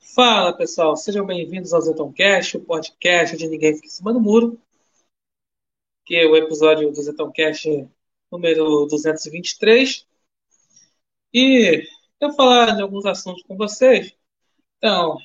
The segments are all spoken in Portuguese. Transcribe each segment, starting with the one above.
Fala pessoal, sejam bem-vindos ao Zetoncast, o podcast de Ninguém Fica em Cima do Muro, que é o episódio do Zetoncast número 223. E eu vou falar de alguns assuntos com vocês. Então,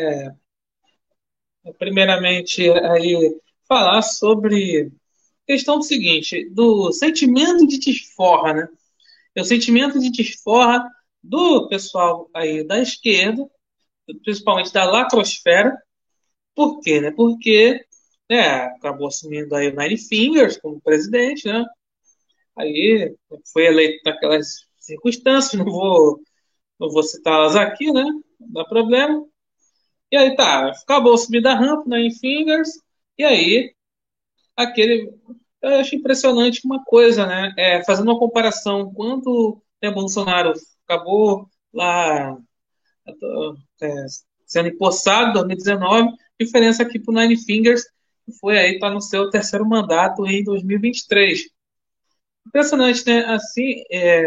primeiramente, aí falar sobre a questão do seguinte, do sentimento de desforra, né? É o sentimento de desforra do pessoal aí da esquerda, principalmente da lacrosfera. Por quê, né? Porque acabou assumindo aí o Nine Fingers como presidente, né? Aí foi eleito naquelas circunstâncias, não vou citá-las aqui, né? Não dá problema. E aí tá, acabou subir da rampa, Nine Fingers, e aí aquele. Eu acho impressionante uma coisa, né? Fazendo uma comparação, quando Bolsonaro acabou lá é, sendo empossado em 2019, diferença aqui para o Nine Fingers, que foi aí, está no seu terceiro mandato em 2023. Impressionante, né? Assim,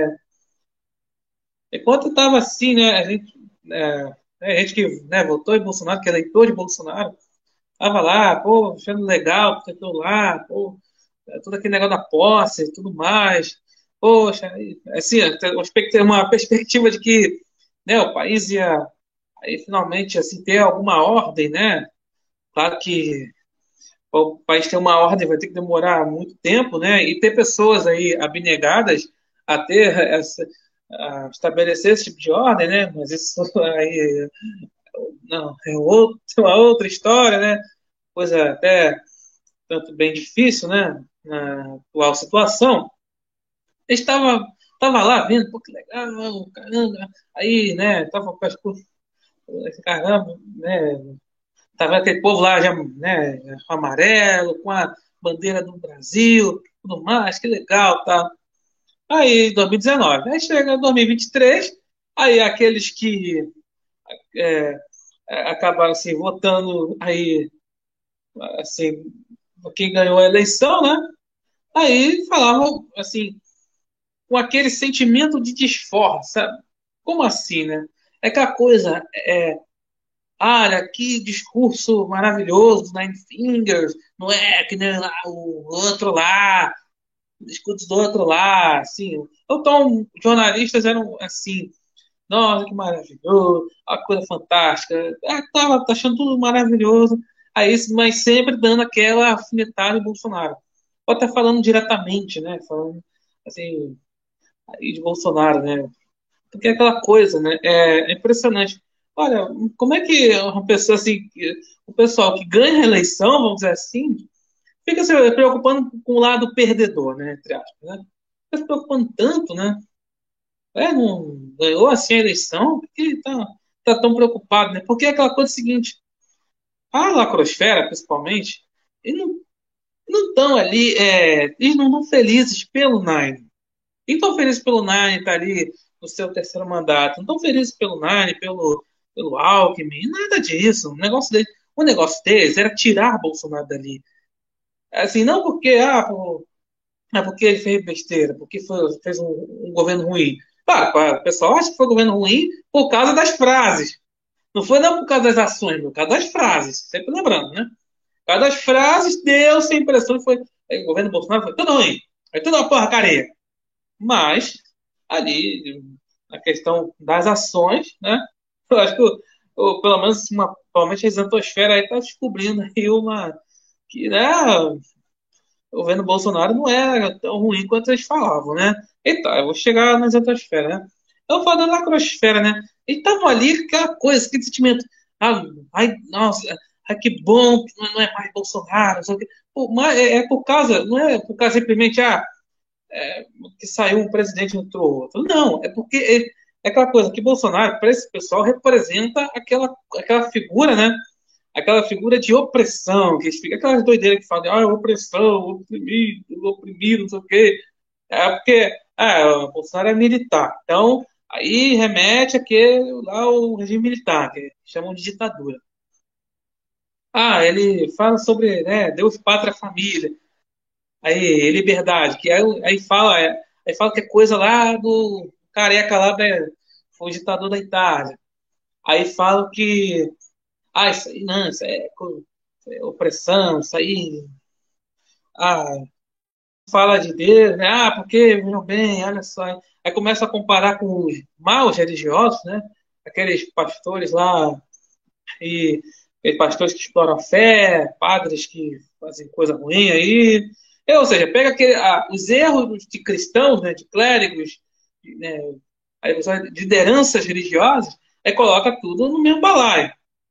enquanto estava assim, né? A gente que votou em Bolsonaro, que é eleitor de Bolsonaro, estava lá, pô, achando legal, porque estou lá, pô, todo aquele negócio da posse e tudo mais. Poxa, assim, uma perspectiva de que o país ia aí finalmente assim ter alguma ordem, né? Claro que o país ter uma ordem vai ter que demorar muito tempo, né? E ter pessoas aí abnegadas a ter a estabelecer esse tipo de ordem, né? Mas isso aí não uma outra história, né? Coisa até tanto bem difícil, né? Na atual situação. Eu estava lá vendo, pô, que legal, caramba. Aí, né? Tava com as coisas, caramba, né? Tava aquele povo lá já, né, amarelo, com a bandeira do Brasil, tudo mais, que legal, tá? Aí, 2019. Aí chega 2023, aí aqueles que é, acabaram assim, votando aí, assim, quem ganhou a eleição, né? Aí falavam assim, com aquele sentimento de desforra, sabe? Como assim, né? É que a coisa olha, que discurso maravilhoso, Nine Fingers, não é que nem lá, o outro lá, o discurso do outro lá, assim. Então, jornalistas eram assim, nossa, que maravilhoso, a coisa fantástica. Tava achando tudo maravilhoso, aí, mas sempre dando aquela alfinetada em Bolsonaro. Ou até falando diretamente, né? Falando assim, aí de Bolsonaro, né? Porque é aquela coisa, né? É impressionante. Olha, como é que uma pessoa assim, o pessoal que ganha a eleição, vamos dizer assim, fica se preocupando com o lado perdedor, né? Entre aspas, né? Fica se preocupando tanto, né? Não ganhou assim a eleição, por que tá tão preocupado, né? Porque é aquela coisa seguinte, a lacrosfera, principalmente, eles não estão ali, eles não estão felizes pelo Nine. E estão felizes pelo Nine estar ali no seu terceiro mandato. Não estão felizes pelo Nine, pelo Alckmin, nada disso. O negócio deles era tirar Bolsonaro dali. Assim, não porque, porque ele fez besteira, porque fez um governo ruim. O pessoal acha que foi um governo ruim por causa das frases. Não foi não por causa das ações, por causa das frases. Sempre lembrando, né? Por causa das frases, deu-se a impressão que o governo Bolsonaro foi tudo ruim. Foi tudo uma porcaria. Mas, ali, a questão das ações, né? Eu acho que, pelo menos, provavelmente a exantosfera aí está descobrindo aí que, né, o governo Bolsonaro não era tão ruim quanto eles falavam, né? Então, eu vou chegar na exantosfera, né? Eu falo da lacrosfera, né? Eles estavam ali com aquela coisa, aquele sentimento. Ah, ai, nossa, ai, que bom que não é mais Bolsonaro, não sei o quê. Pô, mas por causa, não é por causa simplesmente, que saiu um presidente e entrou outro. Não, é porque é aquela coisa que Bolsonaro, para esse pessoal, representa aquela figura, né? Aquela figura de opressão, que fica aquelas doideiras que falam, opressão, oprimido, não sei o quê. É porque o Bolsonaro é militar. Então, aí remete àquele lá o regime militar, que chamam de ditadura. Ele fala sobre, né, Deus, pátria, família. Aí, liberdade, que aí fala que é coisa lá do careca lá, foi o ditador da Itália. Aí falam que, isso aí não, isso é opressão, isso aí, ah, fala de Deus, né? Porque, meu bem, olha só. Aí começa a comparar com os maus religiosos, né? Aqueles pastores lá e aqueles pastores que exploram a fé, padres que fazem coisa ruim aí. Ou seja, pega os erros de cristãos, né? De clérigos, né? Aí, de lideranças religiosas, aí coloca tudo no mesmo balaio.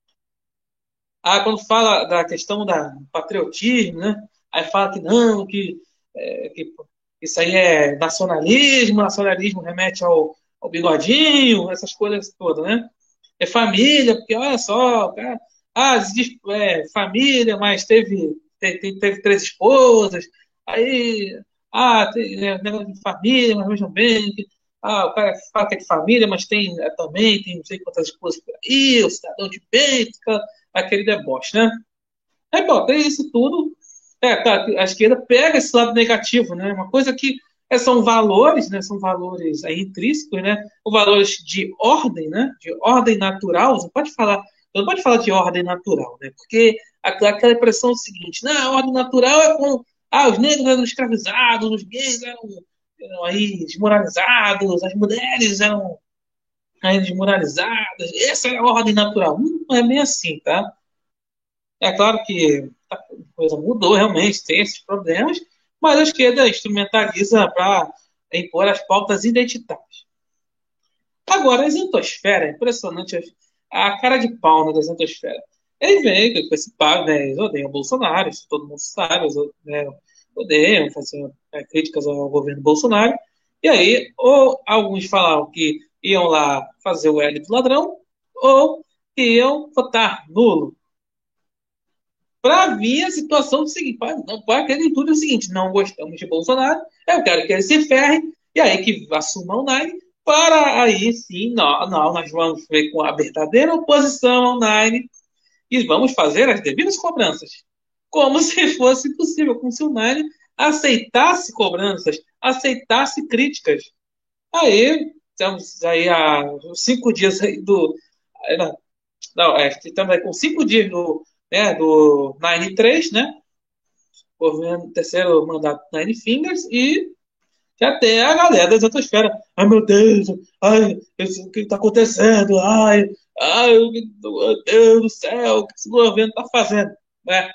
Quando fala da questão do patriotismo, né? Aí fala que não, que isso aí é nacionalismo, nacionalismo remete ao bigodinho, essas coisas todas, né? É família, porque olha só, cara, diz, família, mas teve três esposas, aí, negócio de família, mas vejam bem, o cara fala que é de família, mas também tem não sei quantas esposas por aí, o cidadão de bem, fica aquele deboche, né? Aí, bom, tem isso tudo. Tá, a esquerda pega esse lado negativo, né? Uma coisa que são valores, né? São valores aí intrínsecos, né? Os valores de ordem, né? De ordem natural. Não pode falar de ordem natural, né? Porque aquela impressão é o seguinte, não, a ordem natural é com os negros eram escravizados, os gays eram aí desmoralizados, as mulheres eram aí desmoralizadas. Essa é a ordem natural. Não é bem assim, tá? É claro que a coisa mudou realmente, tem esses problemas, mas a esquerda instrumentaliza para impor as pautas identitárias. Agora, a isentosfera, é impressionante a cara de pau, né, da isentosfera. Ele vem com esse papo, né, eles odeiam o Bolsonaro, isso todo mundo sabe, né, odeiam, fazem críticas ao governo Bolsonaro. E aí, ou alguns falavam que iam lá fazer o L do ladrão, ou que iam votar nulo para vir a situação do seguinte, para aquele tudo é o seguinte, não gostamos de Bolsonaro, eu quero que ele se ferre, e aí que assuma o Nine, para aí sim, nós vamos ver com a verdadeira oposição ao Nine e vamos fazer as devidas cobranças. Como se fosse possível, como se o Nine aceitasse cobranças, aceitasse críticas. Aí, estamos aí há 5 dias aí do. Não, estamos aí com 5 dias do Nine 3, né? Governo, terceiro mandato do Nine Fingers, e já tem a galera da exatosfera. Ai, meu Deus, o que está acontecendo? Meu Deus do céu, o que esse governo está fazendo? Né?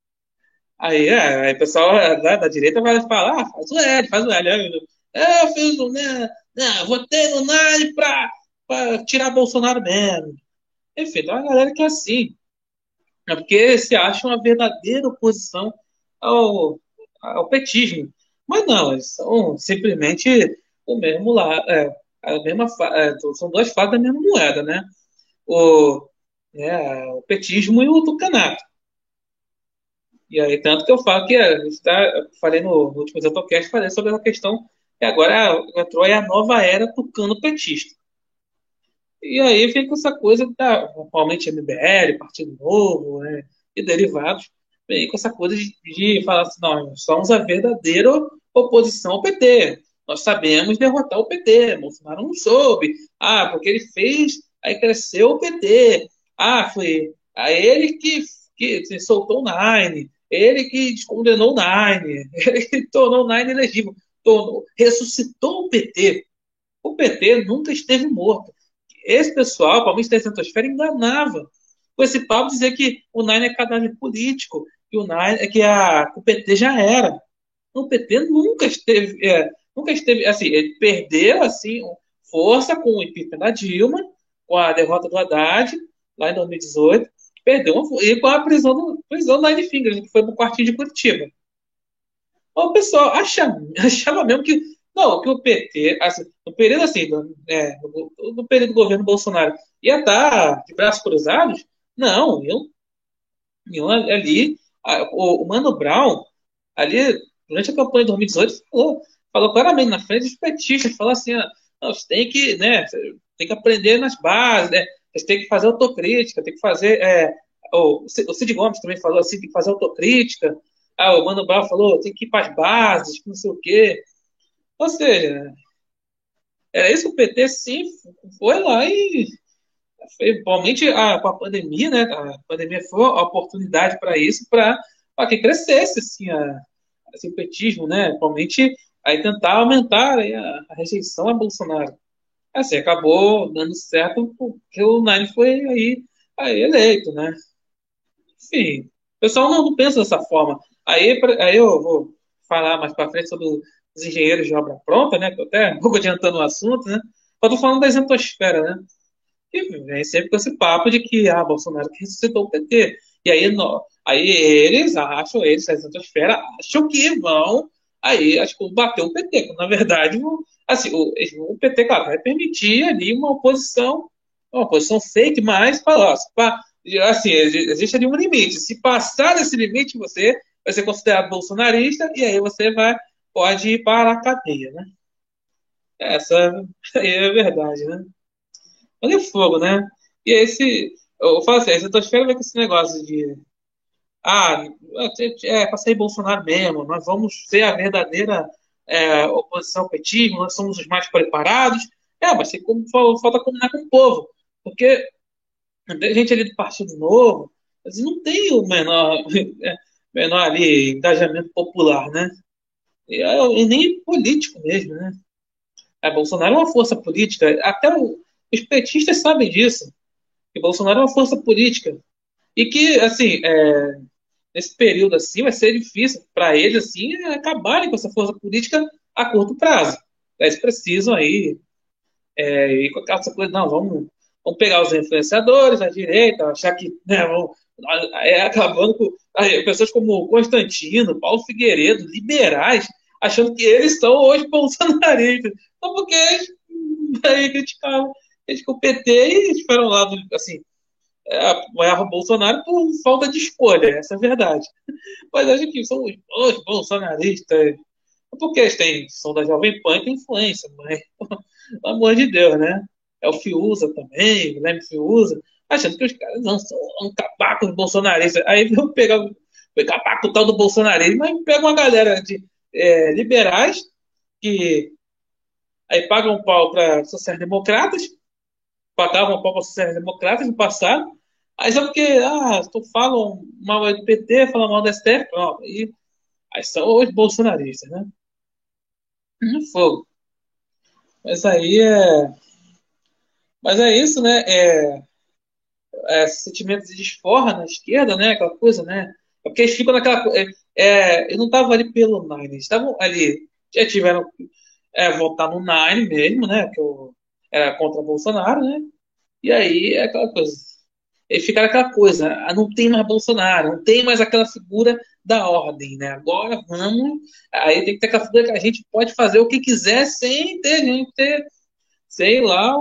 Aí o pessoal da direita vai falar, faz o L, faz o L. Eu fiz o né, votei no Nine para tirar Bolsonaro mesmo. Enfim, tem uma galera que é assim. É porque se acha uma verdadeira oposição ao, ao petismo. Mas não, eles são simplesmente o mesmo lá, são duas faces da mesma moeda, né? O, o petismo e o tucanato. E aí, tanto que eu falo que falei no último Exatocast, falei sobre essa questão que agora entrou aí a nova era tucano-petista. E aí fica essa coisa principalmente MBL, Partido Novo, né, e derivados, vem com essa coisa de falar assim, nós somos a verdadeira oposição ao PT. Nós sabemos derrotar o PT. Bolsonaro não soube. Porque ele fez, aí cresceu o PT. Foi a ele que se soltou o Nine. Ele que descondenou o Nine. Ele que tornou o Nine elegível. Ressuscitou o PT. O PT nunca esteve morto. Esse pessoal, principalmente da centrosfera, enganava com esse papo de dizer que o Nine é cadáver político, que o PT já era. O PT nunca esteve, assim, ele perdeu assim força com o impeachment da Dilma, com a derrota do Haddad lá em 2018, e com a prisão do Nine Fingers, que foi para o quartinho de Curitiba. O pessoal achava mesmo que não, que o PT, assim, no período assim, no período do governo Bolsonaro, ia estar de braços cruzados? Não, iam ali, o Mano Brown, ali, durante a campanha de 2018, falou claramente na frente dos petistas, falou assim, não, você tem que, né, tem que aprender nas bases, né, você tem que fazer autocrítica, tem que fazer, o Cid Gomes também falou assim, tem que fazer autocrítica, o Mano Brown falou, tem que ir para as bases, não sei o quê. Ou seja, era isso que o PT sim foi lá e Principalmente com a pandemia, né? A pandemia foi a oportunidade para isso, para que crescesse assim, o petismo, né? Principalmente aí tentar aumentar aí a rejeição a Bolsonaro. Assim, acabou dando certo porque o Nine foi aí eleito, né? Enfim, o pessoal não pensa dessa forma. Aí eu vou falar mais para frente sobre os engenheiros de obra pronta, né? Que eu até um pouco adiantando o assunto, né? Eu tô falando da isentosfera, né? E vem sempre com esse papo de que Bolsonaro que ressuscitou o PT. E aí, aí eles, a isentosfera, acham que vão acho que bater o PT, quando na verdade, assim, o PT, claro, vai permitir ali uma oposição fake, mas fala, assim, existe ali um limite. Se passar desse limite, você vai ser considerado bolsonarista e aí você pode ir para a cadeia, né? Essa aí é a verdade, né? Olha o fogo, né? E eu falo assim, a estratosfera vai com esse negócio de, ah, pra sair Bolsonaro mesmo, nós vamos ser a verdadeira oposição ao petismo, nós somos os mais preparados. Mas falta combinar com o povo, porque tem gente ali do Partido Novo, eles não tem o menor, menor ali engajamento popular, né? E nem político mesmo, né? Bolsonaro é uma força política, até os petistas sabem disso que Bolsonaro é uma força política e que, assim, nesse período assim, vai ser difícil para eles assim acabarem com essa força política a curto prazo. Eles precisam aí ir com aquela coisa, não, vamos pegar os influenciadores, a direita, achar que vão acabando com pessoas como Constantino, Paulo Figueiredo, liberais, achando que eles são hoje bolsonaristas. Só porque eles aí criticavam o PT e estiveram lá, assim, apoiava o Bolsonaro por falta de escolha, essa é a verdade. Mas acho que são os bolsonaristas, porque são da Jovem Pan e tem influência, mas, pelo amor de Deus, né? É o Fiuza também, o Guilherme Fiuza, achando que os caras não são um capaco os bolsonaristas. Aí vão acabar com o tal do bolsonarismo, mas pega uma galera de liberais que aí pagam um pau para sociais-democratas, pagavam pau para sociais-democratas no passado. Aí só porque, tu falam mal do PT, falam mal do STF, pronto. Aí são os bolsonaristas, né? Fogo. Mas aí é. Mas é isso, né? Sentimento de desforra na esquerda, né? Aquela coisa, né? É porque eles ficam naquela. Eles não estavam ali pelo Nine, eles estavam ali. Já tiveram votar no Nine mesmo, né? Era contra Bolsonaro, né? E aí é aquela coisa. E fica aquela coisa, não tem mais Bolsonaro, não tem mais aquela figura da ordem, né? Agora vamos. Aí tem que ter aquela figura que a gente pode fazer o que quiser sem ter gente ter, sei lá,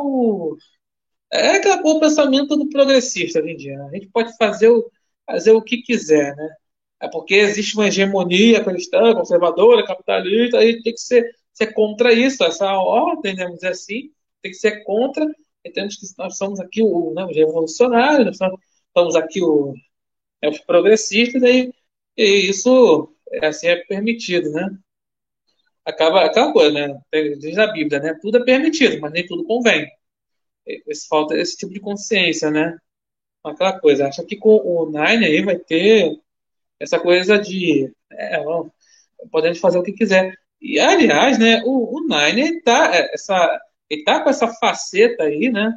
o pensamento do progressista hoje em dia, né? A gente pode fazer o que quiser, né? É porque existe uma hegemonia cristã, conservadora, capitalista, a gente tem que ser contra isso, essa ordem, né, vamos dizer assim, tem que ser contra. Entendemos que nós somos aqui os revolucionários, nós somos aqui os progressistas, e isso assim é permitido, né? Acaba aquela coisa, né? Diz a Bíblia, né? Tudo é permitido, mas nem tudo convém. Falta esse tipo de consciência, né? Aquela coisa. Acha que com o Nine aí vai ter essa coisa de podemos fazer o que quiser. E, aliás, né, o Nine ele tá com essa faceta aí, né,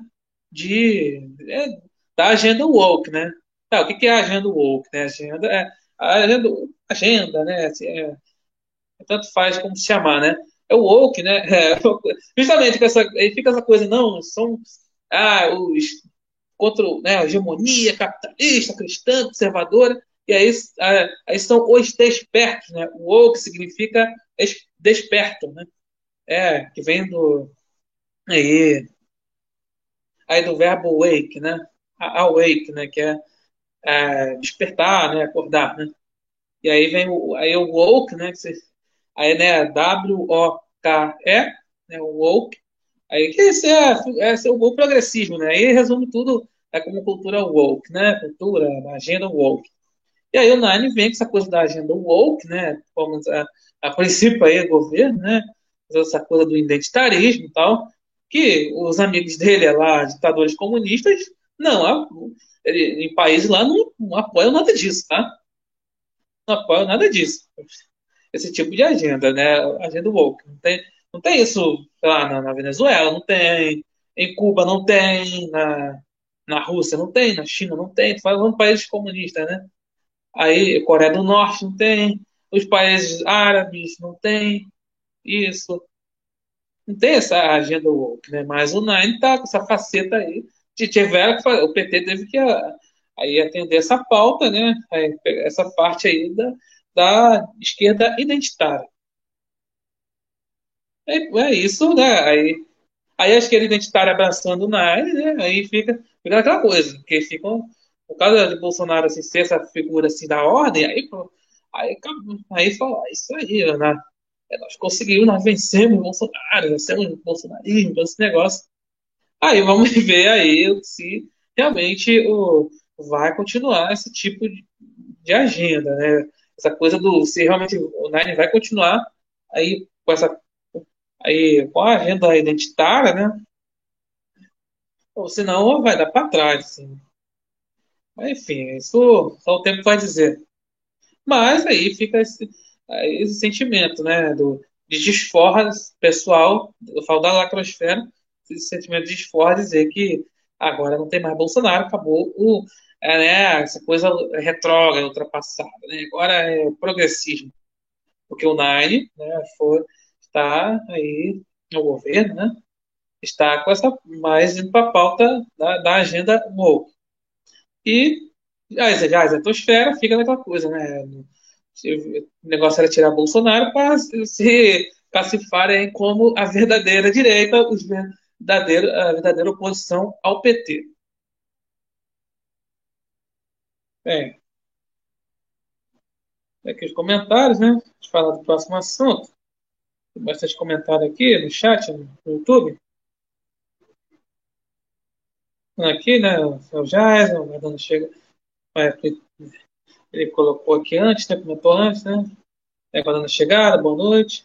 da agenda woke, né? O que é a agenda woke, né? A agenda, né? Assim, tanto faz como se chamar, né? É o woke, né? Justamente aí fica essa coisa, não, são os contra, né, a hegemonia capitalista, cristã, conservadora, e aí são os despertos, né? O woke significa desperto, né? Que vem aí, aí do verbo wake, né? Awake, né? Que é despertar, né? Acordar, né? E aí vem o woke, né? Aí, né? W-O-K-E, né? O woke. Aí que esse é o woke progressismo, né? Aí resume tudo como cultura woke, né? Cultura, agenda woke. E aí o Nine vem com essa coisa da agenda woke, né? Como a princípio aí o governo, né? Essa coisa do identitarismo e tal, que os amigos dele lá, ditadores comunistas, não, em países lá não apoiam nada disso, tá? Não apoiam nada disso. Esse tipo de agenda, né? Agenda woke. Não tem isso, sei lá, na Venezuela, não tem, em Cuba não tem, na Rússia não tem, na China não tem, tu falando países comunistas, né? Aí, Coreia do Norte não tem, os países árabes não tem isso. Não tem essa agenda woke, né? Mas o Nine tá com essa faceta aí. Tiveram que o PT teve que aí atender essa pauta, né? Aí, essa parte aí da esquerda identitária. É isso, né? Aí a esquerda identitária abraçando o Nine, né? Aí fica aquela coisa, porque ficam, por causa de Bolsonaro assim, ser essa figura assim da ordem, aí, pô, aí fala, "Ah, isso aí, né? Nós conseguimos, nós vencemos o Bolsonaro, vencemos o bolsonarismo, todo esse negócio. Aí vamos ver aí se realmente vai continuar esse tipo de agenda, né? Essa coisa do se realmente o Nine vai continuar aí com a agenda identitária, né? Ou senão vai dar para trás, assim. Mas, enfim, isso só o tempo vai dizer. Mas aí fica esse sentimento, né? De desforra pessoal, eu falo da lacrosfera, esse sentimento de desforra dizer que agora não tem mais Bolsonaro, acabou né, essa coisa retrógrada, ultrapassada, né? Agora é o progressismo, porque o Nine, né, está aí no governo, né? Está com essa mais indo para a pauta da agenda woke. E a isentosfera fica naquela coisa, né? O negócio era tirar Bolsonaro para se classificarem como a verdadeira direita, a verdadeira oposição ao PT. Bem, aqui os comentários, né? Deixa eu falar do próximo assunto. Tem bastante comentário aqui no chat, no YouTube. Aqui, né? O Jason, o chega. Ele colocou aqui antes, né? Comentou antes, né? Aguardando a chegada, boa noite.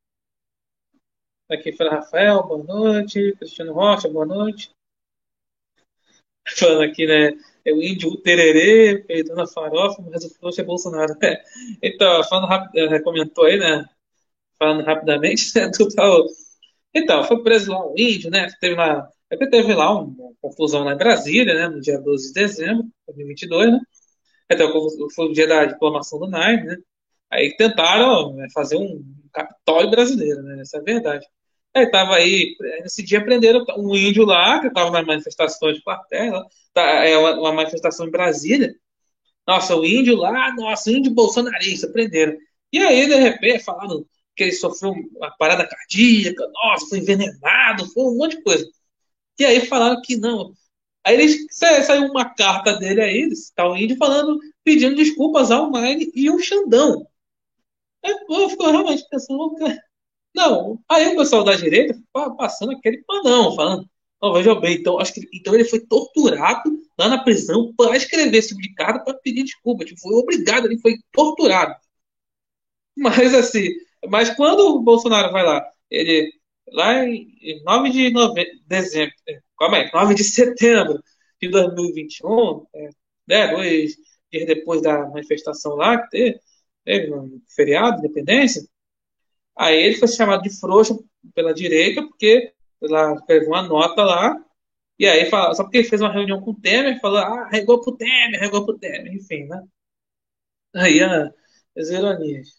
Aqui foi Rafael, boa noite. Cristiano Rocha, boa noite. Falando aqui, né? É o índio o tererê, peitando a farofa, mas o frouxo é Bolsonaro. Então, falando rápido, comentou aí, né? Falando rapidamente, né? Então, foi preso lá um índio, né? Teve lá uma confusão lá em Brasília, né? No dia 12 de dezembro de 2022, né? Então, foi o dia da diplomação do Nine, né? Aí tentaram, né, fazer um Capitólio brasileiro, né? Essa é a verdade. Aí tava aí, nesse dia prenderam um índio lá, que estava na manifestação de quartel, lá, uma manifestação em Brasília. Nossa, o índio lá, nossa, índio bolsonarista, prenderam. E aí, de repente, falaram que ele sofreu uma parada cardíaca, nossa, foi envenenado, foi um monte de coisa. E aí falaram que não. Aí saiu uma carta dele aí, desse tal índio, pedindo desculpas ao Mine e ao Xandão. Aí, pô, eu fico realmente pensando, cara. Não, aí o pessoal da direita passando aquele panão, falando, não, veja bem, então, acho que então ele foi torturado lá na prisão para escrever esse tipo de carta para pedir desculpa. Tipo, foi obrigado, ele foi torturado. Mas assim, mas quando o Bolsonaro vai lá, ele lá em 9 de dezembro, calma aí, 9 de setembro de 2021, né, 2 dias depois da manifestação lá que teve no feriado de independência, aí ele foi chamado de frouxo pela direita, porque lá escreveu uma nota lá, e aí só porque ele fez uma reunião com o Temer, falou, regou pro Temer, enfim, né? Aí as ironias.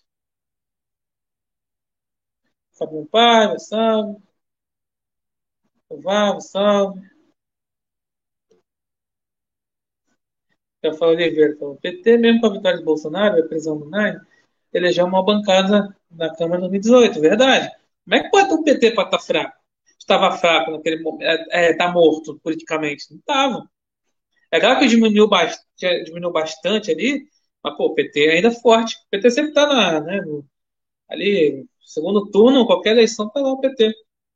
Fabio Paiva, salve. Vamos, salve. Rafael Oliveira falou: o PT, mesmo com a vitória de Bolsonaro e a prisão do Nine, elegeu uma bancada na Câmara em 2018, verdade. Como é que pode o PT para estar fraco? Estava fraco naquele momento, tá morto politicamente. Não estava. É claro que diminuiu bastante ali, mas pô, o PT ainda é forte. O PT sempre está né, ali, segundo turno, qualquer eleição tá lá o PT.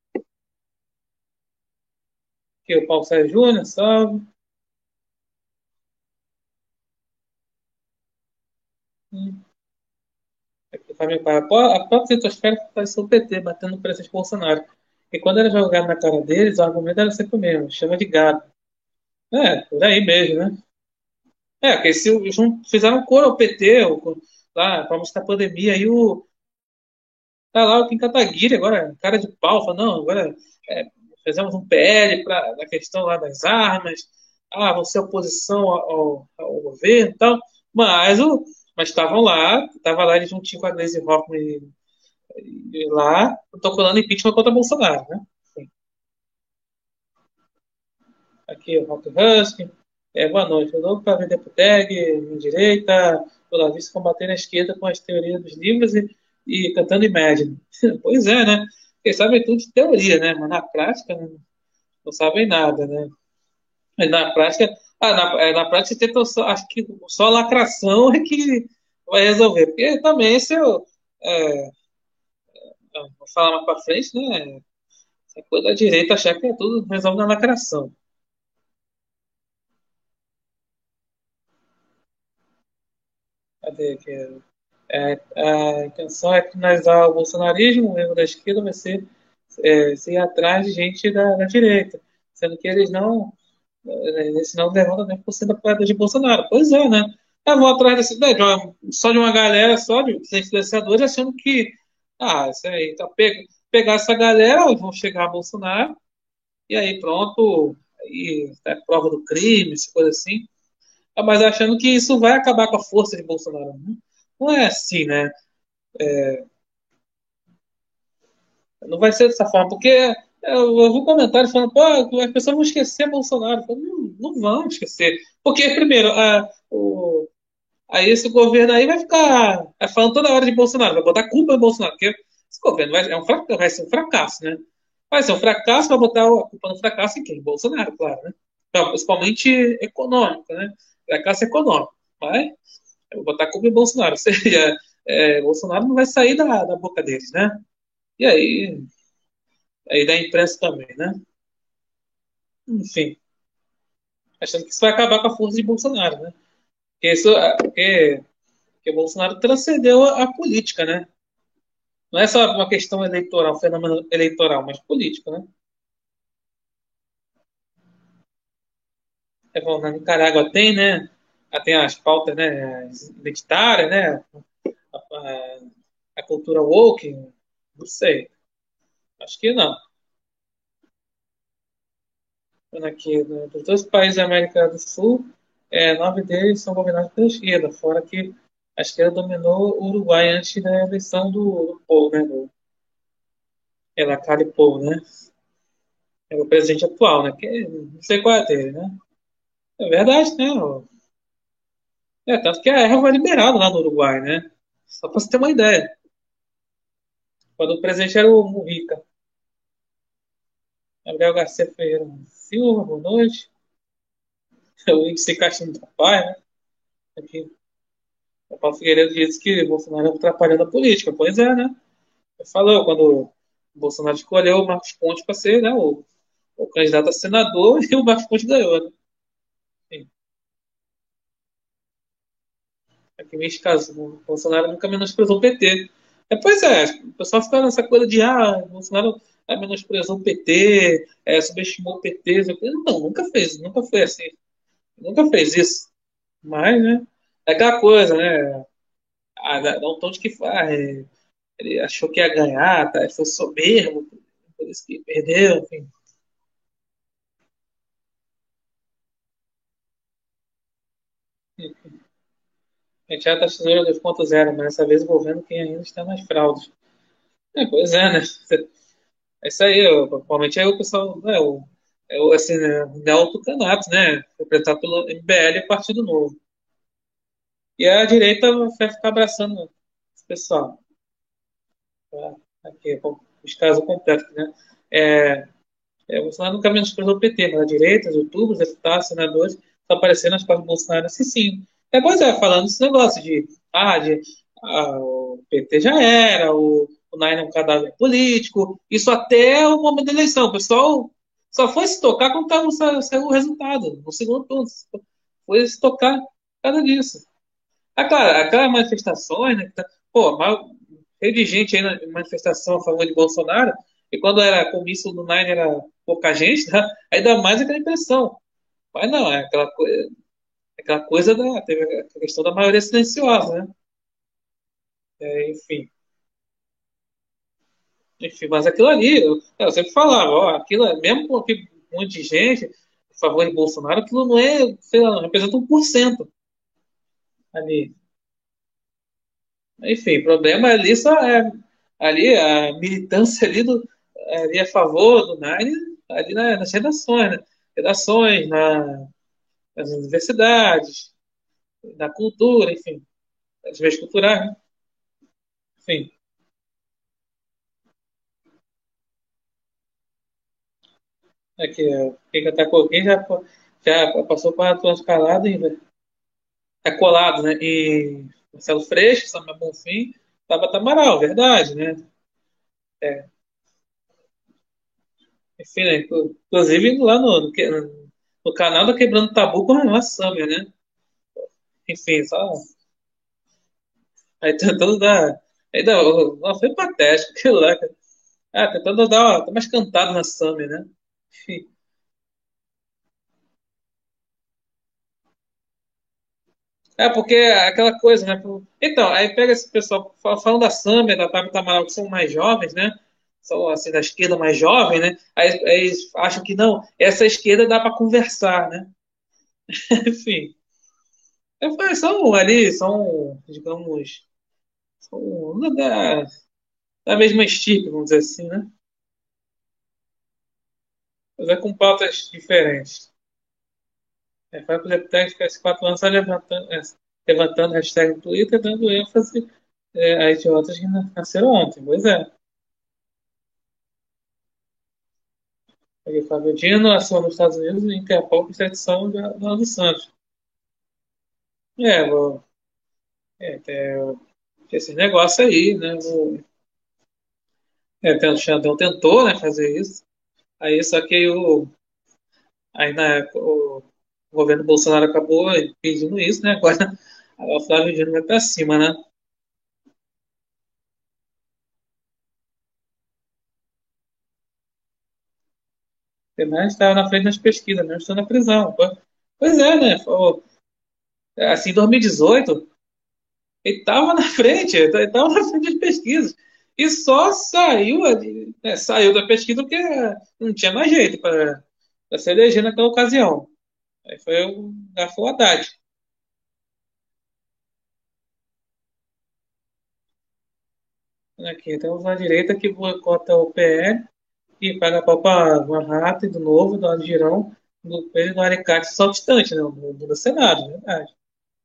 Aqui o Paulo Sérgio Júnior, salve. Aqui, Fábio Paia. A própria centrosfera pareceu o PT, batendo no preço de Bolsonaro. E quando era jogado na cara deles, o argumento era sempre o mesmo, chama de gado. É, por aí mesmo, né? É, porque se fizeram coro ao PT, lá, para mostrar a pandemia, aí tá lá o Kim Kataguiri, agora, cara de pau, fala, não, agora é, fizemos um PL para a questão lá das armas, vão ser oposição ao governo e tal, mas mas estavam lá eles juntinho com a Gleisi Hoffmann e lá, protocolando impeachment contra Bolsonaro, né? Aqui o Rock Husky. Boa noite. Eu dou para vender pro tag, em direita, pela vista combater a esquerda com as teorias dos livros e cantando Imagine. Pois é, né? Eles sabem tudo de teoria, né? Mas na prática não sabem nada, né? Mas na prática, na prática tentam só, acho que só lacração é que vai resolver. Porque também se eu vou falar mais para frente, né? Essa coisa da direita achar que é tudo resolve na lacração. Cadê aqui? A intenção é finalizar o bolsonarismo, o erro da esquerda vai ser se ir atrás de gente da direita, sendo que eles não levantam nem por cento da parada de Bolsonaro. Pois é, né? Eu vou atrás só de uma galera, só de influenciadores, achando que, isso aí, tá, pegar essa galera, vão chegar a Bolsonaro, e aí pronto, aí é prova do crime, essa coisa assim. Mas achando que isso vai acabar com a força de Bolsonaro. Não é assim, né? Não vai ser dessa forma, porque eu vi comentários falando, pô, as pessoas vão esquecer Bolsonaro. Eu falo, não vão esquecer. Porque, primeiro, aí esse governo aí vai falando toda hora de Bolsonaro, vai botar culpa no Bolsonaro, porque esse governo vai ser um fracasso, né? Vai ser um fracasso, vai botar a culpa no fracasso em quem? Bolsonaro, claro, né? Então, principalmente econômico, né? Fracasso econômico. Mas eu vou botar a culpa em Bolsonaro. Ou seja, Bolsonaro não vai sair da boca deles, né? E aí da imprensa também, né? Enfim, achando que isso vai acabar com a força de Bolsonaro, né? Porque o Bolsonaro transcendeu a política, né? Não é só uma questão eleitoral, um fenômeno eleitoral, mas político, né? Bom, na Nicarágua tem, né? Tem as pautas, né? Identitárias, né? A, a cultura woke, não sei. Acho que não. Olha aqui, dos dois países da América do Sul, 9 deles são governados pela esquerda, fora que a esquerda dominou o Uruguai antes da eleição do Pou, né? Elacari Pou, né? É o presidente atual, né? Que não sei qual é a dele, né? É verdade, né? Tanto que a erva foi liberada lá no Uruguai, né? Só para você ter uma ideia. Quando o presidente era o Mujica. Gabriel Garcia Ferreira Silva, boa noite. O índice Caixinha do Papai, né? Aqui, o Paulo Figueiredo disse que Bolsonaro é atrapalhando a política. Pois é, né? Ele falou quando o Bolsonaro escolheu o Marcos Pontes para ser, né, o candidato a senador e o Marcos Pontes ganhou, né? Enfim, aqui neste caso, o Bolsonaro nunca menosprezou o PT. Pois é, o pessoal fica nessa coisa de o Bolsonaro menosprezou o PT, subestimou o PT. Não, nunca fez, nunca foi assim. Nunca fez isso. Mas, né? É aquela coisa, né? Dá um tom de que ele achou que ia ganhar, tá? Ele foi soberbo, por isso que perdeu, enfim. A gente já tá tesoura 2.0, mas dessa vez envolvendo quem ainda está nas fraldas. Pois é, né? É isso aí, provavelmente aí o pessoal, né, assim, né, o neotucanato, né? Representado pelo MBL e Partido Novo. E a direita vai ficar abraçando esse pessoal. Tá? Aqui, os casos completos, né? É, o Bolsonaro nunca menosprezou o PT, mas a direita, os youtubers, deputados, senadores, estão aparecendo nas costas do Bolsonaro assim, sim. Pois é, falando desse negócio o PT já era, o Nair é um cadáver político, isso até o momento da eleição. O pessoal só foi se tocar quando saiu o resultado, no segundo turno. Foi se tocar por causa disso. Aquelas manifestações, né? Pô, cheio de gente aí na manifestação a favor de Bolsonaro, E quando era comício do Nine era pouca gente, né? Aí dá mais aquela impressão. Mas não, aquela coisa teve a questão da maioria silenciosa, né? Enfim, enfim, mas aquilo ali, eu sempre falava, ó, aquilo, mesmo com aquele monte de gente a favor de Bolsonaro, aquilo não é, sei lá, não representa 1% ali. Enfim, o problema ali só é ali a militância ali a favor do Nine, ali nas redações, né? Redações, nas universidades, na cultura, enfim, nas meios culturais, né? Enfim, é que quem atacou quem já passou para atuar calado e é colado, né? E Marcelo Freixo, Samuel Bonfim, Tabata Amaral, verdade, né? É, enfim, né? Inclusive lá no canal da Quebrando Tabu com a Sâmia, né? Enfim, só. Aí tentando dar. Aí não, foi patético aquilo lá, cara. Ah, tentando dar mais cantado na Sâmia, né? Enfim. É porque é aquela coisa, né? Então, aí pega esse pessoal falando da Sâmia, da Tabata Amaral, que são mais jovens, né? São assim, da esquerda mais jovem, né? Aí eles acham que não, essa esquerda dá para conversar, né? Enfim. São ali, são, digamos, são da mesma estirpe, vamos dizer assim, né? Mas é com pautas diferentes. Faz o deputado ficar esses 4 anos só levantando hashtag no Twitter, dando ênfase a idiotas que nasceram ontem. Pois é. Aí, Flávio Dino ação nos Estados Unidos e Interpol por extradição de Alan dos Santos. É, tem esse negócio aí, né? O Xandão tentou, né, fazer isso. Aí, só que aí na época, o governo Bolsonaro acabou pedindo isso, né? Agora o Flávio Dino vai pra cima, né? Mas estava na frente das pesquisas, mesmo estando na prisão. Pois é, né? Assim, em 2018, ele estava na frente, ele estava na frente das pesquisas. E só saiu, saiu da pesquisa porque não tinha mais jeito para se eleger naquela ocasião. Aí foi o Haddad. Aqui, temos uma direita que boicota o PL e paga pau para uma rata e do novo, do Girão, do Pedro do Alicate, só obstante, né? Do Senado, verdade.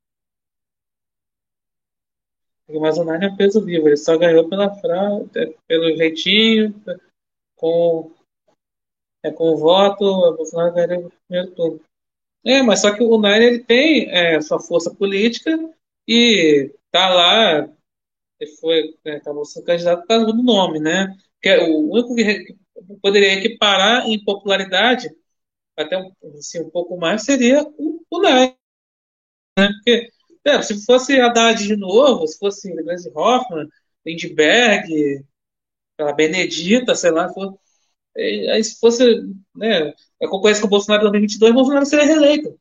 Mas o Nine é um peso vivo, ele só ganhou pela fraude, pelo jeitinho, com, com o voto, o Bolsonaro ganhou no primeiro turno. Mas só que o Nine ele tem sua força política e tá lá, ele acabou sendo candidato por causa do nome, né? Que é o único que poderia equiparar em popularidade, até assim, um pouco mais, seria o Nine. Porque, se fosse Haddad de novo, se fosse Gleisi Hoffmann, Lindbergh, a Benedita, sei lá, aí se fosse né, a concorrência com o Bolsonaro em 2022, o Bolsonaro seria reeleito.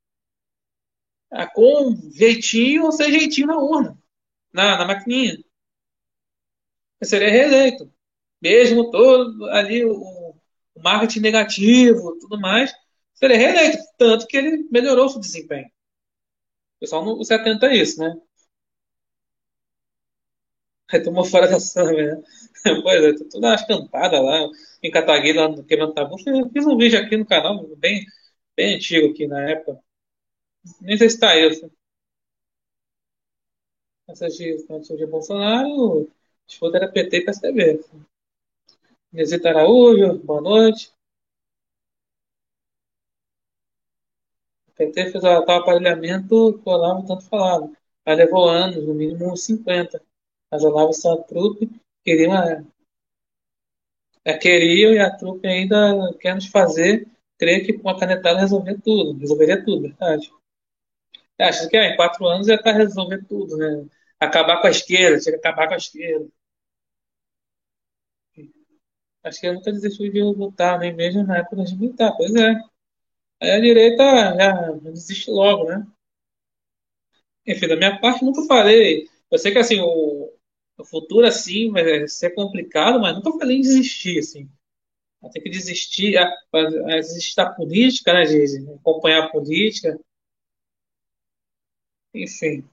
Com jeitinho ou sem jeitinho na urna, na maquininha. Ele seria reeleito. Mesmo todo ali o marketing negativo, tudo mais, seria reeleito. Tanto que ele melhorou seu desempenho. O pessoal não se atenta a isso, né? Aí tomou fora da samba, né? Pois é, toda as cantadas lá, em Cataguiri, lá no Quebrando Tabu. Fiz um vídeo aqui no canal, bem antigo aqui na época. Nem sei se tá isso. Quando surgiu Bolsonaro, disputa era PT e PSDB. Inesita Araújo, boa noite. O PT fez o tal aparelhamento que o Olavo tanto falava. Mas levou anos, no mínimo uns 50. Mas o Olavo e sua trupe queriam, queriam e a trupe ainda quer nos fazer crer que com uma canetada resolveria tudo, verdade. Acho que em 4 anos já está resolver tudo, né? Acabar com a esquerda, tinha que acabar com a esquerda. Acho que ele nunca desistiu de lutar, nem mesmo na época de militar. Pois é. Aí a direita já desiste logo, né? Enfim, da minha parte, nunca falei. Eu sei que assim, o futuro assim vai ser complicado, mas nunca falei em desistir, assim. Tem que desistir, desistir da política, né, de acompanhar a política, enfim.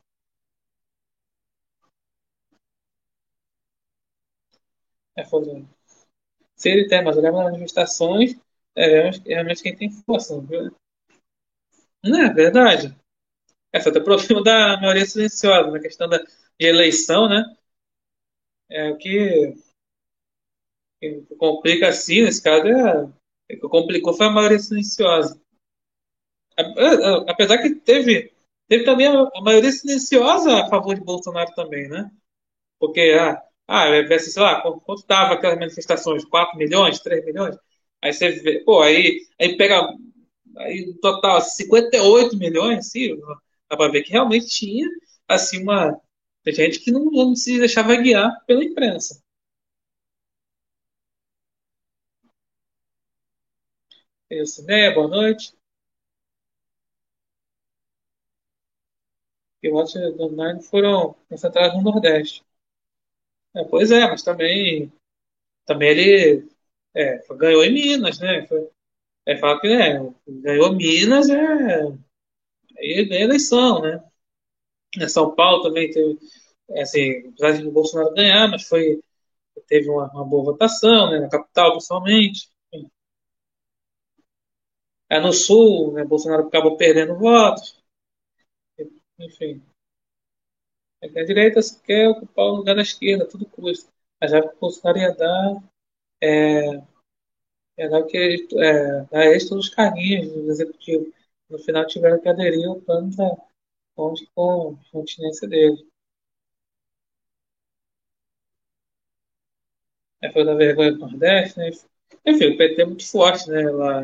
Foi, se ele tem, mas olhar nas manifestações, realmente quem tem força, viu? Não é verdade? Essa até o problema da maioria silenciosa, na questão de eleição, né? É o que complica assim, nesse caso, o que complicou foi a maioria silenciosa. Apesar que teve também a maioria silenciosa a favor de Bolsonaro também, né? Porque, sei lá, quanto tava aquelas manifestações? 4 milhões, 3 milhões? Aí você vê, pô, aí pega, aí no total 58 milhões, sim, dá pra ver que realmente tinha, assim, tem gente que não se deixava guiar pela imprensa. Isso, né? Boa noite. E o do Online foram concentrados no Nordeste. Pois é, mas também ele ganhou em Minas, né? Fala que ganhou Minas, aí ganha eleição, né? São Paulo também teve, assim, apesar de o Bolsonaro ganhar, mas teve uma boa votação, né? Na capital, principalmente. No Sul, né? Bolsonaro acabou perdendo votos, enfim. A direita quer ocupar o lugar da esquerda, a tudo custa. Mas já que o Bolsonaro ia dar, dar êxito nos carguinhos do executivo. No final tiveram que aderir ao plano da fonte com a continência dele. Foi da vergonha do Nordeste, né? Enfim, o PT é muito forte, né? Lá,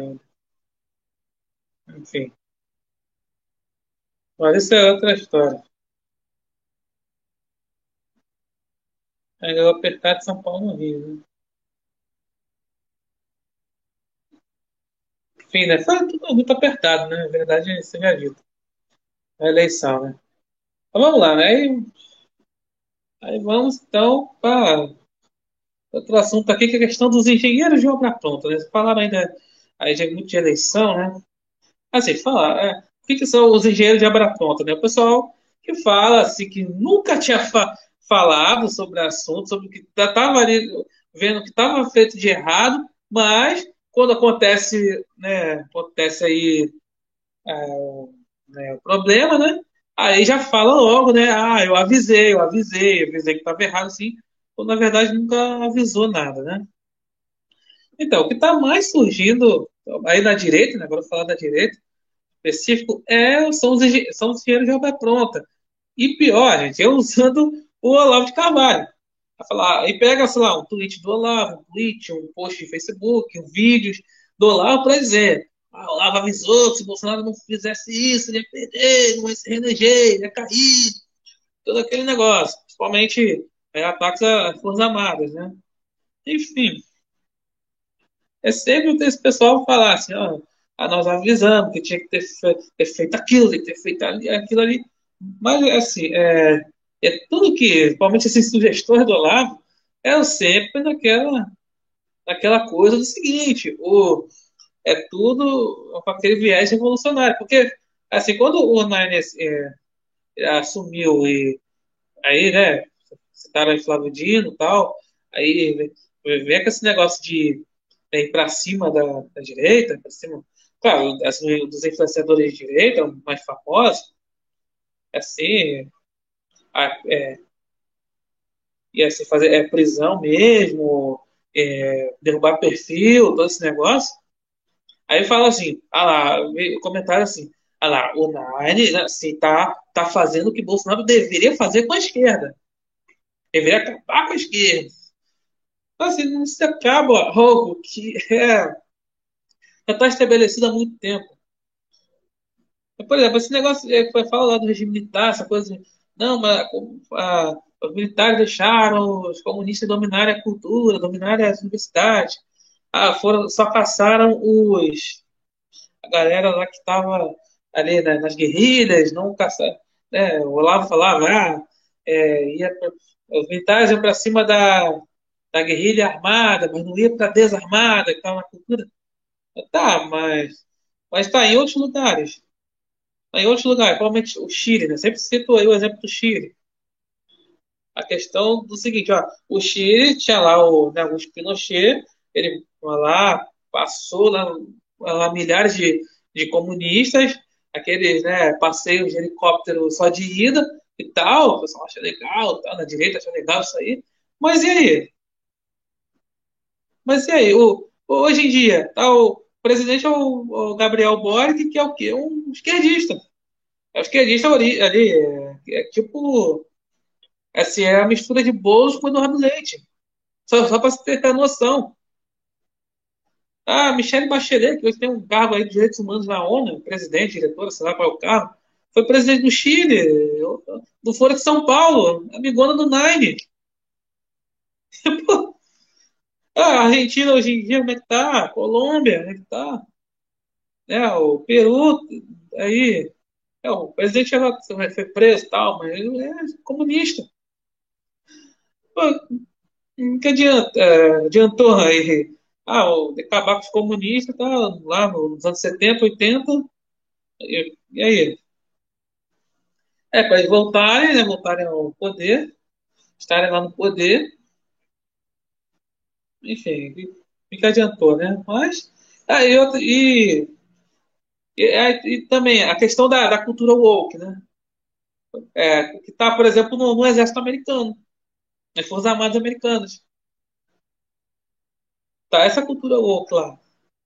enfim. Mas isso é outra história. Ainda vou apertar de São Paulo no Rio, né? Enfim, né? Foi tudo muito apertado, né? Na verdade, seja dito. A eleição, né? Então vamos lá, né? Aí vamos então para outro assunto aqui, que é a questão dos engenheiros de obra pronta, né? Falaram ainda aí muito de eleição, né? Assim, falar, o que são os engenheiros de obra pronta, né? O pessoal que fala assim, que nunca tinha falado sobre o assunto, sobre o que estava ali vendo que estava feito de errado, mas quando acontece aí o problema, né? Aí já fala logo, né? Eu avisei que estava errado, assim, quando na verdade nunca avisou nada, né? Então, o que está mais surgindo aí na direita, né? Agora eu vou falar da direita, específico são os engenheiros de obra pronta. E pior, gente, eu usando o Olavo de Carvalho. Aí pega, sei lá, um tweet do Olavo, um tweet, um post de Facebook, um vídeo do Olavo para dizer: o Olavo avisou que se Bolsonaro não fizesse isso, ele ia perder, não ia se reeleger, ia cair, todo aquele negócio. Principalmente ataques às Forças Armadas, né? Enfim, é sempre esse pessoal falar assim, ó, nós avisamos que tinha que ter feito aquilo, tem que ter feito aquilo ali. Mas, assim, tudo que, principalmente esses sugestões do Olavo, sempre naquela coisa do seguinte, é tudo com aquele viés revolucionário. Porque, assim, quando o Nine assumiu e aí, né, citaram aí Flávio Dino e tal, aí vem com esse negócio de ir para cima da direita, para cima, claro, assim, dos influenciadores de direita, mais famosos, assim, é, ia se fazer prisão mesmo, derrubar perfil, todo esse negócio. Aí fala assim, comentário assim, o Nine assim, tá fazendo o que Bolsonaro deveria fazer com a esquerda. Deveria acabar com a esquerda. Então, assim, não se acaba algo que já está estabelecido há muito tempo. Por exemplo, esse negócio que foi falado lá do regime militar, essa coisa de, não, mas Os militares deixaram os comunistas dominarem a cultura, dominarem as universidades. Só caçaram a galera lá que estava ali, né, nas guerrilhas, não caçaram. Né, o Olavo falava, os militares iam para cima da guerrilha armada, mas não ia para desarmada, que estava na cultura. Tá, mas tá em outros lugares. Tá em outros lugares, provavelmente o Chile, né? Sempre cito aí o exemplo do Chile. A questão do seguinte, ó, o Chile tinha lá né, o Pinochet, ele lá passou lá milhares de comunistas, aqueles, né, passeios de helicóptero só de ida e tal, o pessoal acha legal, tá, na direita acha legal isso aí. Mas e aí? Mas e aí? Hoje em dia, tá, o presidente é o Gabriel Boric, que é o quê? Um esquerdista. É o esquerdista ali, é tipo, assim, é a mistura de Boulos com Eduardo Leite. Só para você ter noção. Michelle Bachelet, que hoje tem um cargo aí de direitos humanos na ONU, presidente, diretora, sei lá qual é o cargo, foi presidente do Chile, do Foro de São Paulo, amigona do Nine. A Argentina hoje em dia, como é que tá? A Colômbia, como é que tá? Né? O Peru, aí, o presidente já foi preso e tal, mas ele é comunista. Pô, que adianta, adiantou aí acabar com os comunistas, tá lá nos anos 70, 80, e aí? Para eles voltarem, né, voltarem ao poder, estarem lá no poder, enfim, o que adiantou, né? Mas, e também a questão da cultura woke, né? Que está, por exemplo, no exército americano, nas Forças Armadas Americanas. Tá essa cultura woke lá.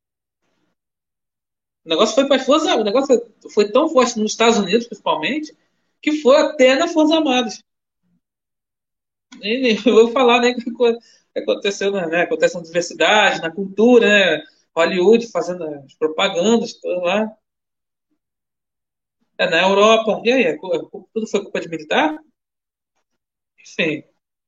O negócio foi para as Forças Armadas, o negócio foi tão forte nos Estados Unidos, principalmente, que foi até nas Forças Armadas. Nem vou falar nem o que aconteceu, né? Acontece na diversidade, na cultura, né? Hollywood fazendo as propagandas, tudo lá. Na Europa. E aí, tudo foi culpa de militar? Enfim,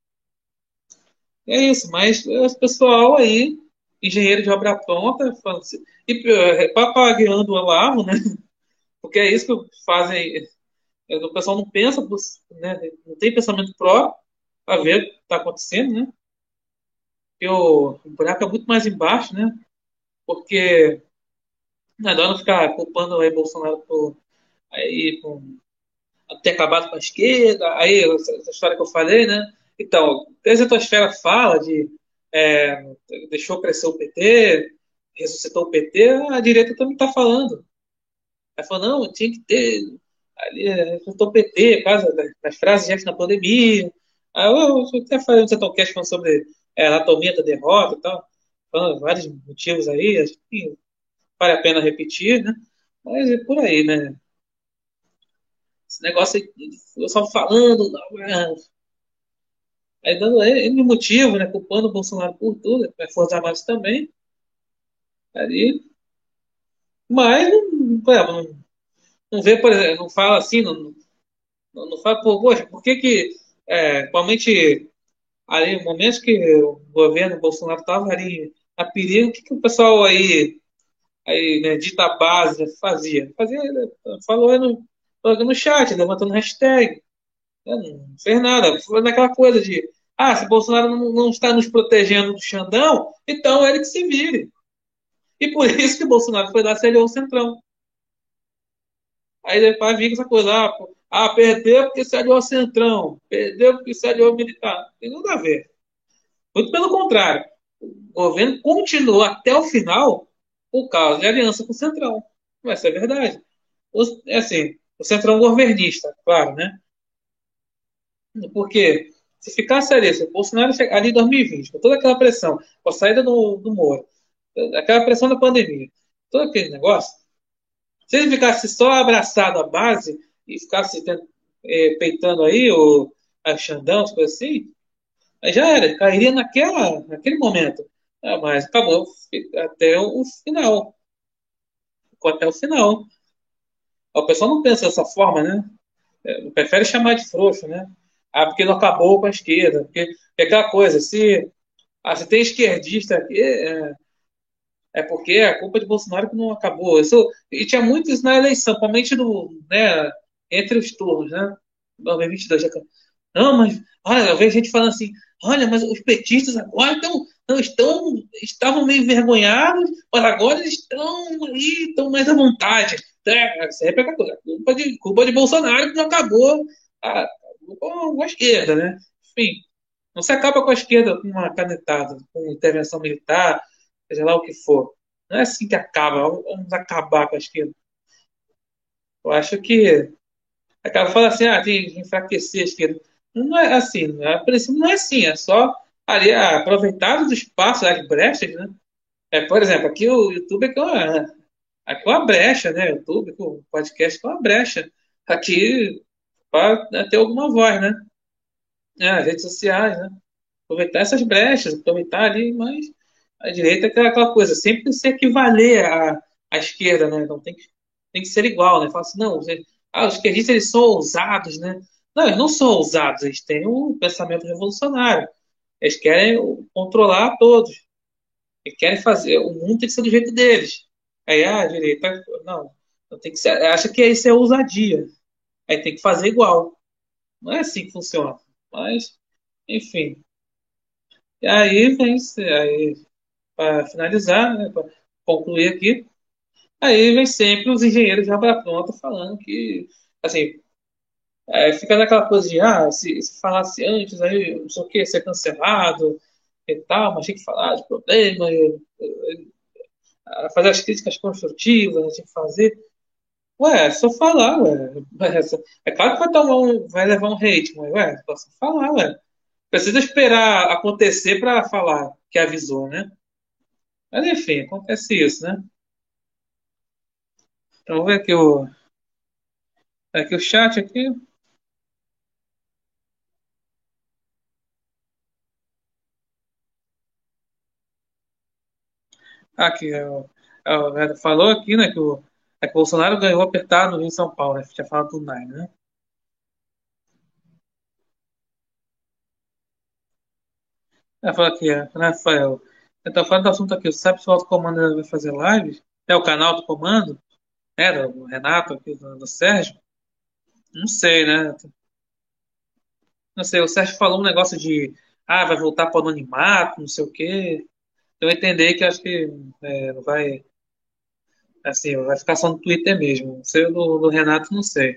é isso. Mas o pessoal aí, engenheiro de obra pronta, falando assim, e papagueando o Olavo, né? Porque é isso que fazem. O pessoal não pensa, né? Não tem pensamento próprio para ver o que está acontecendo, né? Porque o buraco é muito mais embaixo, né? Porque não é não ficar culpando aí Bolsonaro por ter acabado com a esquerda, aí essa história que eu falei, né? Então, desde a Zetosfera fala é, deixou crescer o PT, ressuscitou o PT, a direita também está falando. Ela falou, não, tinha que ter ali, ressuscitou o PT, por causa das frases de Jeff na pandemia. Aí eu até falei um Zetocast falando sobre a anatomia da derrota e tal, falando vários motivos aí, acho que vale a pena repetir, né? Mas é por aí, né? Esse negócio aí, eu só falando, aí dando N motivo, né? Culpando o Bolsonaro por tudo, as Forças Armadas também, ali. Mas não vê, por exemplo, não fala assim, não fala, pô, poxa, por que que, principalmente ali, momentos que o governo Bolsonaro estava ali a perigo, o que que o pessoal aí né, dita base fazia? Falou no chat, levantando hashtag. Não fez nada. Foi naquela coisa de, se Bolsonaro não está nos protegendo do Xandão, então ele que se vire. E por isso que Bolsonaro foi lá e se aliou ao Centrão. Aí depois vinha essa coisa, perdeu porque se aliou ao Centrão, perdeu porque se aliou ao militar. Não tem nada a ver. Muito pelo contrário. O governo continuou até o final por causa de aliança com o Centrão. Essa é a verdade. É assim, o Centrão governista, claro, né? Porque se ficasse ali, se o Bolsonaro chegar ali em 2020, com toda aquela pressão, com a saída do Moro, aquela pressão da pandemia, todo aquele negócio, se ele ficasse só abraçado à base e ficasse peitando aí a Xandão, as coisas assim, aí já era, ele cairia naquele momento. Mas acabou até o final. Ficou até o final. O pessoal não pensa dessa forma, né? Prefere chamar de frouxo, né? Ah, porque não acabou com a esquerda. Porque é aquela coisa, se tem esquerdista aqui, é porque é culpa de Bolsonaro que não acabou. E tinha muito isso na eleição, principalmente né, entre os turnos, né? 2022. Não, mas olha, eu vejo gente falando assim: olha, mas os petistas agora estavam meio envergonhados, mas agora eles estão ali, estão mais à vontade. Sempre é aquela coisa, culpa de Bolsonaro que não acabou com a esquerda, né? Enfim, não se acaba com a esquerda com uma canetada, com intervenção militar, seja lá o que for. Não é assim que acaba, vamos acabar com a esquerda. Eu acho que acaba falando assim, tem que enfraquecer a esquerda. Não é assim, a princípio não é assim, é só ali aproveitar os espaços, as brechas, né? Por exemplo, aqui o YouTube aqui é uma brecha, né? O YouTube, o podcast é uma brecha. Aqui para ter alguma voz, né? As redes sociais, né? Aproveitar essas brechas, aproveitar ali, mas a direita é aquela coisa, sempre se equivaler à esquerda, né? Então tem que ser igual, né? Fala assim, não, os esquerdistas eles são ousados, né? Não, eles não são ousados, eles têm um pensamento revolucionário. Eles querem controlar todos. Eles querem fazer, o mundo tem que ser do jeito deles. Aí a direita, não, não tem que ser, acha que isso é ousadia. Aí tem que fazer igual. Não é assim que funciona. Mas, enfim. E aí vem, aí, para finalizar, né, para concluir aqui, aí vem sempre os engenheiros de obra pronta falando que, assim, fica naquela coisa de, se falasse antes, aí não sei o que, ser cancelado e tal, mas tinha que falar de problema, fazer as críticas construtivas, tinha que fazer. Ué, é só falar, ué. É claro que vai levar um hate, mas, ué, é só falar, ué. Precisa esperar acontecer para falar que avisou, né? Mas enfim, acontece isso, né? Então, vou ver aqui o chat aqui. Aqui, falou aqui, né, que o Bolsonaro ganhou apertado em São Paulo, né? Tinha falado do Nine, né? Ela falou aqui, Rafael, eu tô falando do assunto aqui, você sabe se o Alto Comando vai fazer live? É o canal do Comando, né, do Renato, aqui, do Sérgio? Não sei, né? Não sei, o Sérgio falou um negócio de, vai voltar para o anonimato, não sei o quê. Eu entendi que acho que não vai, assim, vai ficar só no Twitter mesmo. Não sei, do Renato, não sei.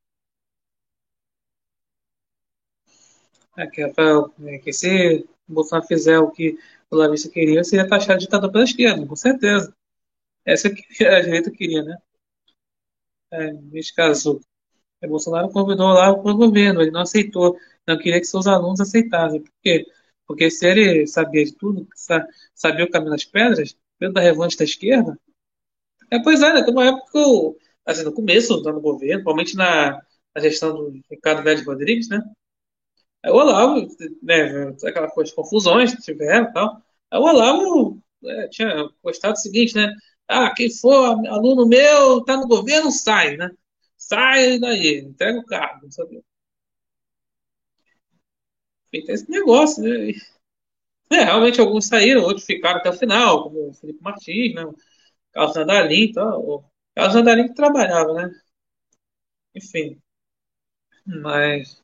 Que se o Bolsonaro fizer o que o Lavista queria, seria taxado de ditador pela esquerda, com certeza. Essa que a direita queria, né? Nesse caso, o Bolsonaro convidou lá o governo, ele não aceitou, não queria que seus alunos aceitassem. Por quê? Porque se ele sabia de tudo, sabia o caminho das pedras, medo da revanche da esquerda, pois é, né? Tem uma época que assim, no começo do governo, principalmente na gestão do Ricardo Vélez Rodrigues, né? Aí o Olavo, né, aquela coisa de confusões que tiveram e tal. Aí o Olavo tinha postado o seguinte, né? Quem for aluno meu, tá no governo, sai, né? Sai daí, entrega o cargo, não sabe? Feito esse negócio, né? Realmente alguns saíram, outros ficaram até o final, como o Felipe Martins, né? O Carlos Nadalim e tal. O Carlos Nadalim que trabalhava, né? Enfim, mas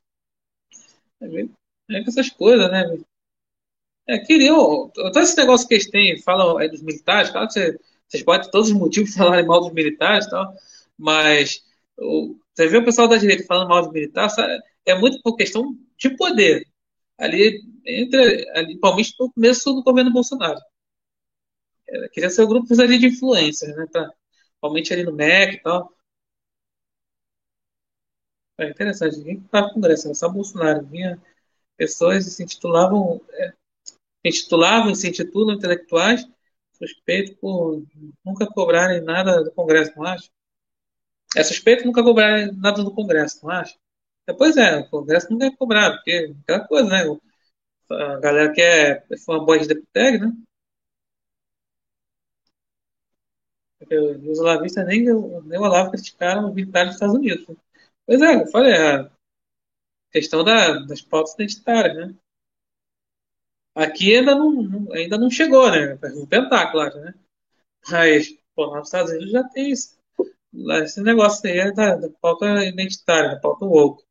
com essas coisas, né? Queriam. Todo esse negócio que eles têm, falam aí dos militares, claro que vocês podem ter todos os motivos de falarem mal dos militares e tal, mas você vê o pessoal da direita falando mal dos militares, sabe, é muito por questão de poder. Ali, principalmente no começo do governo Bolsonaro. Queria ser o grupo ali de influência, né? Principalmente ali no MEC e tal. É interessante, ninguém estava no Congresso, era só Bolsonaro. Vinha pessoas e se intitulavam e se intitulam intelectuais suspeitos por nunca cobrarem nada do Congresso, não acha? É suspeito nunca cobrarem nada do Congresso, não acha? Pois é, o Congresso nunca é cobrado, porque é aquela coisa, né? A galera que é fanboy de Deputeg, né? Porque os olavistas nem o Olavo criticaram os militares dos Estados Unidos. Né? Pois é, eu falei, Questão das pautas identitárias, né? Aqui ainda não chegou, né? Vamos tentar, claro, né? Mas, pô, lá nos Estados Unidos já tem isso. Lá, esse negócio aí é da pauta identitária, da pauta woke.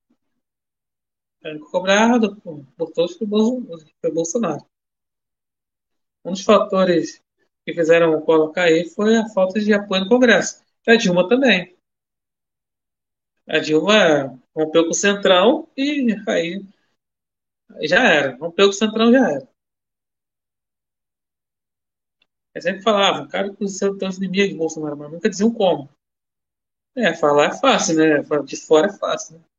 É cobrado por todos que foi Bolsonaro. Um dos fatores que fizeram colocar aí foi a falta de apoio no Congresso. A Dilma também. A Dilma rompeu com o Centrão e aí já era. Rompeu com o Centrão já era. Eles sempre falavam, cara, que os seus inimigos, Bolsonaro, mas nunca diziam como. É, falar é fácil, né? De fora é fácil, né?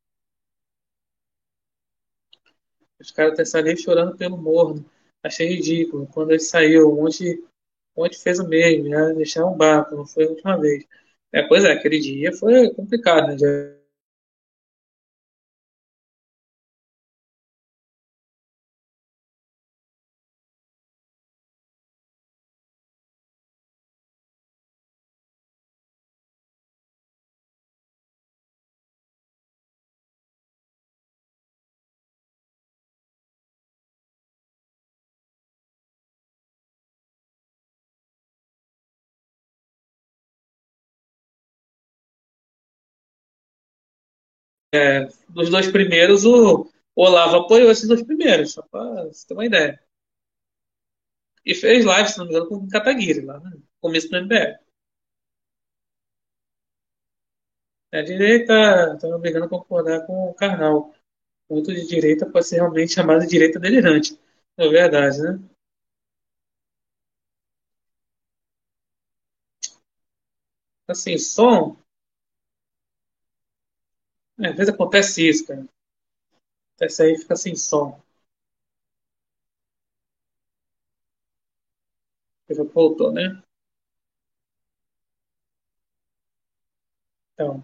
Os caras até saíram chorando pelo morno. Achei ridículo. Quando ele saiu, um monte fez o mesmo, já deixaram um barco, não foi a última vez. É, pois é, aquele dia foi complicado, né? Dos dois primeiros, o Olavo apoiou esses dois primeiros, só pra você ter uma ideia. E fez live, se não me engano, com o Kataguiri lá, né? Começo do MBL. A direita está obrigando a concordar com o Karnal. Muito de direita pode ser realmente chamado de direita delirante. É verdade, né? Assim, som, às vezes acontece isso, cara. Acontece aí, fica sem som. Já voltou, né? Então,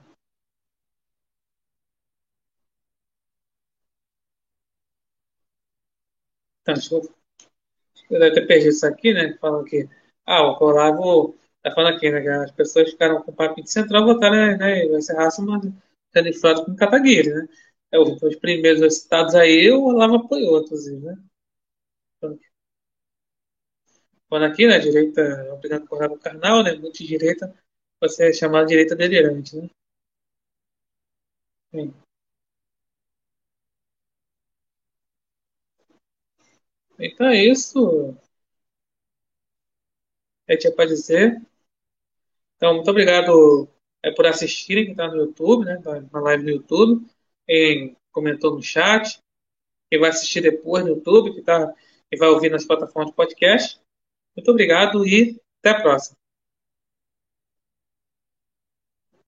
deixa eu deve ter perdido isso aqui, né? Falando que, o Olavo tá falando aqui, né? Que as pessoas ficaram com o papinho de central, votaram, né? Vai ser raça, mas tendo influência com o Kataguiri, né? Os primeiros citados aí, o Olavo apoiou, inclusive, né? Falando aqui, né? Direita, obrigado por o carnal, né? Multidireita, vai ser chamada direita delirante, né? Sim. Então é isso. É tinha para dizer. Então, muito obrigado por assistirem, que está no YouTube, né? Tá na live no YouTube. Quem comentou no chat. Quem vai assistir depois no YouTube, que vai ouvir nas plataformas de podcast. Muito obrigado e até a próxima.